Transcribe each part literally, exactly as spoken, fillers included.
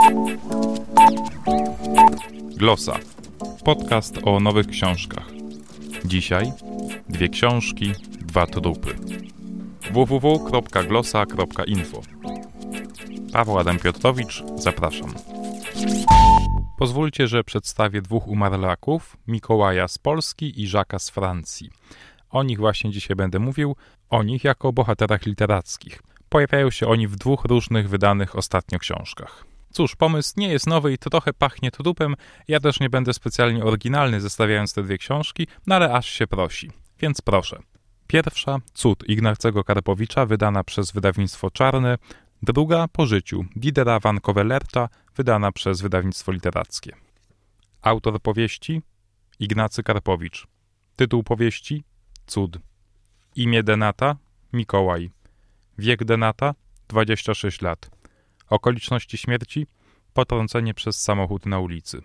Glosa. Podcast o nowych książkach. Dzisiaj dwie książki, dwa trupy. w w w kropka glosa kropka info. Paweł Adam Piotrowicz, zapraszam. Pozwólcie, że przedstawię dwóch umarlaków, Mikołaja z Polski i Żaka z Francji. O nich właśnie dzisiaj będę mówił, o nich jako o bohaterach literackich. Pojawiają się oni w dwóch różnych wydanych ostatnio książkach. Cóż, pomysł nie jest nowy i trochę pachnie trupem, ja też nie będę specjalnie oryginalny zestawiając te dwie książki, no ale aż się prosi, więc proszę. Pierwsza, Cud Ignacego Karpowicza, wydana przez wydawnictwo Czarne, druga, Po życiu Dietera van Coevelerta, wydana przez wydawnictwo literackie. Autor powieści Ignacy Karpowicz. Tytuł powieści Cud. Imię Denata Mikołaj. Wiek Denata dwadzieścia sześć lat. Okoliczności śmierci potrącenie przez samochód na ulicy.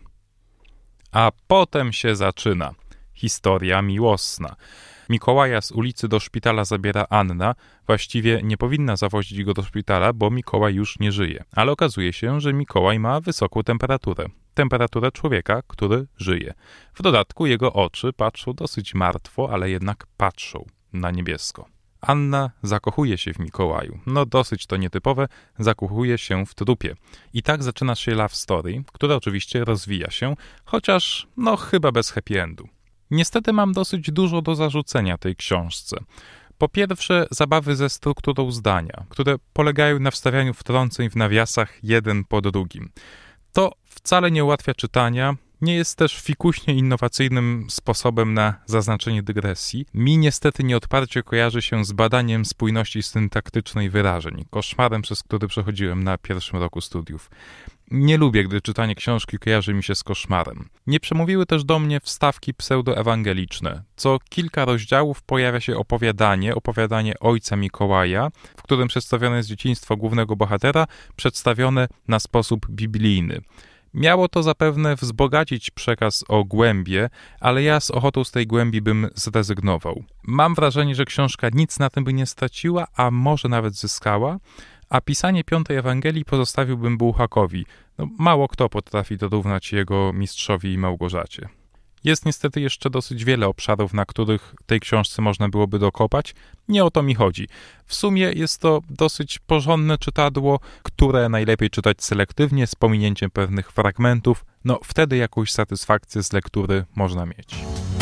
A potem się zaczyna historia miłosna. Mikołaja z ulicy do szpitala zabiera Anna. Właściwie nie powinna zawozić go do szpitala, bo Mikołaj już nie żyje. Ale okazuje się, że Mikołaj ma wysoką temperaturę. Temperaturę człowieka, który żyje. W dodatku jego oczy patrzą dosyć martwo, ale jednak patrzą na niebiesko. Anna zakochuje się w Mikołaju. No dosyć to nietypowe, zakochuje się w trupie. I tak zaczyna się love story, która oczywiście rozwija się, chociaż no chyba bez happy endu. Niestety mam dosyć dużo do zarzucenia tej książce. Po pierwsze, zabawy ze strukturą zdania, które polegają na wstawianiu wtrąceń w nawiasach jeden po drugim. To wcale nie ułatwia czytania, nie jest też fikuśnie innowacyjnym sposobem na zaznaczenie dygresji. Mi niestety nieodparcie kojarzy się z badaniem spójności syntaktycznej wyrażeń, koszmarem, przez który przechodziłem na pierwszym roku studiów. Nie lubię, gdy czytanie książki kojarzy mi się z koszmarem. Nie przemówiły też do mnie wstawki pseudoewangeliczne. Co kilka rozdziałów pojawia się opowiadanie, opowiadanie ojca Mikołaja, w którym przedstawione jest dzieciństwo głównego bohatera, przedstawione na sposób biblijny. Miało to zapewne wzbogacić przekaz o głębie, ale ja z ochotą z tej głębi bym zrezygnował. Mam wrażenie, że książka nic na tym by nie straciła, a może nawet zyskała, a pisanie piątej Ewangelii pozostawiłbym Bułhakowi. No, mało kto potrafi dorównać jego mistrzowi Małgorzacie. Jest niestety jeszcze dosyć wiele obszarów, na których tej książce można byłoby dokopać. Nie o to mi chodzi. W sumie jest to dosyć porządne czytadło, które najlepiej czytać selektywnie, z pominięciem pewnych fragmentów. No wtedy jakąś satysfakcję z lektury można mieć.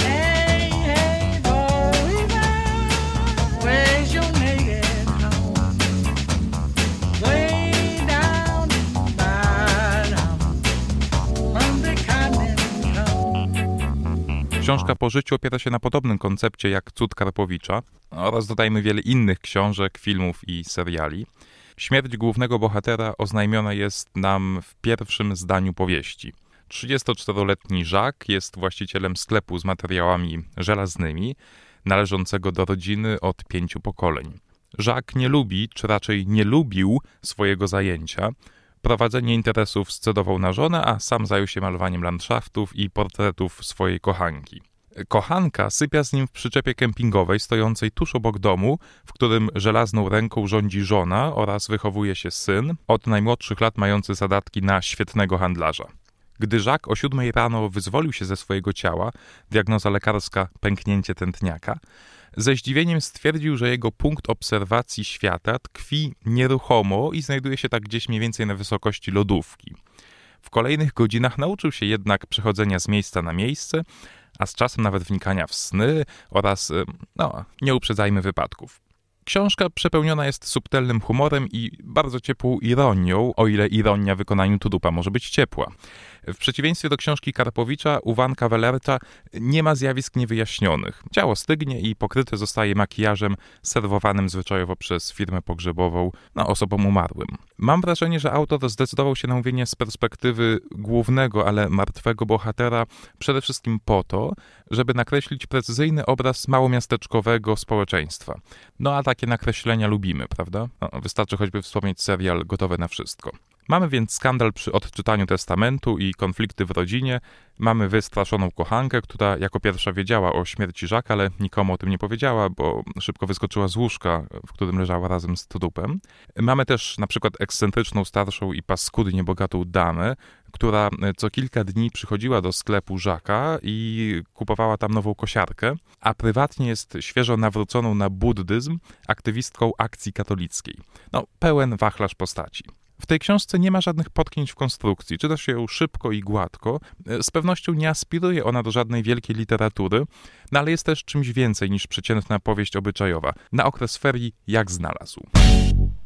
Książka Po życiu opiera się na podobnym koncepcie jak Cud Karpowicza oraz dodajmy wiele innych książek, filmów i seriali. Śmierć głównego bohatera oznajmiona jest nam w pierwszym zdaniu powieści. trzydziestoczteroletni Żak jest właścicielem sklepu z materiałami żelaznymi, należącego do rodziny od pięciu pokoleń. Żak nie lubi, czy raczej nie lubił swojego zajęcia. Prowadzenie interesów scedował na żonę, a sam zajął się malowaniem landschaftów i portretów swojej kochanki. Kochanka sypia z nim w przyczepie kempingowej stojącej tuż obok domu, w którym żelazną ręką rządzi żona oraz wychowuje się syn, od najmłodszych lat mający zadatki na świetnego handlarza. Gdy Żak o siódmej rano wyzwolił się ze swojego ciała, diagnoza lekarska pęknięcie tętniaka, ze zdziwieniem stwierdził, że jego punkt obserwacji świata tkwi nieruchomo i znajduje się tak gdzieś mniej więcej na wysokości lodówki. W kolejnych godzinach nauczył się jednak przechodzenia z miejsca na miejsce, a z czasem nawet wnikania w sny oraz, no, nie uprzedzajmy wypadków. Książka przepełniona jest subtelnym humorem i bardzo ciepłą ironią, o ile ironia w wykonaniu trupa może być ciepła. W przeciwieństwie do książki Karpowicza, u van Coevelerta nie ma zjawisk niewyjaśnionych. Ciało stygnie i pokryte zostaje makijażem serwowanym zwyczajowo przez firmę pogrzebową no, osobom umarłym. Mam wrażenie, że autor zdecydował się na mówienie z perspektywy głównego, ale martwego bohatera przede wszystkim po to, żeby nakreślić precyzyjny obraz małomiasteczkowego społeczeństwa. No a takie nakreślenia lubimy, prawda? No, wystarczy choćby wspomnieć serial Gotowe na wszystko. Mamy więc skandal przy odczytaniu testamentu i konflikty w rodzinie. Mamy wystraszoną kochankę, która jako pierwsza wiedziała o śmierci Jacques'a, ale nikomu o tym nie powiedziała, bo szybko wyskoczyła z łóżka, w którym leżała razem z trupem. Mamy też na przykład ekscentryczną, starszą i paskudnie bogatą damę, która co kilka dni przychodziła do sklepu Jacques'a i kupowała tam nową kosiarkę, a prywatnie jest świeżo nawróconą na buddyzm aktywistką akcji katolickiej. No, pełen wachlarz postaci. W tej książce nie ma żadnych potknięć w konstrukcji, czyta się ją szybko i gładko. Z pewnością nie aspiruje ona do żadnej wielkiej literatury, no ale jest też czymś więcej niż przeciętna powieść obyczajowa. Na okres ferii jak znalazł.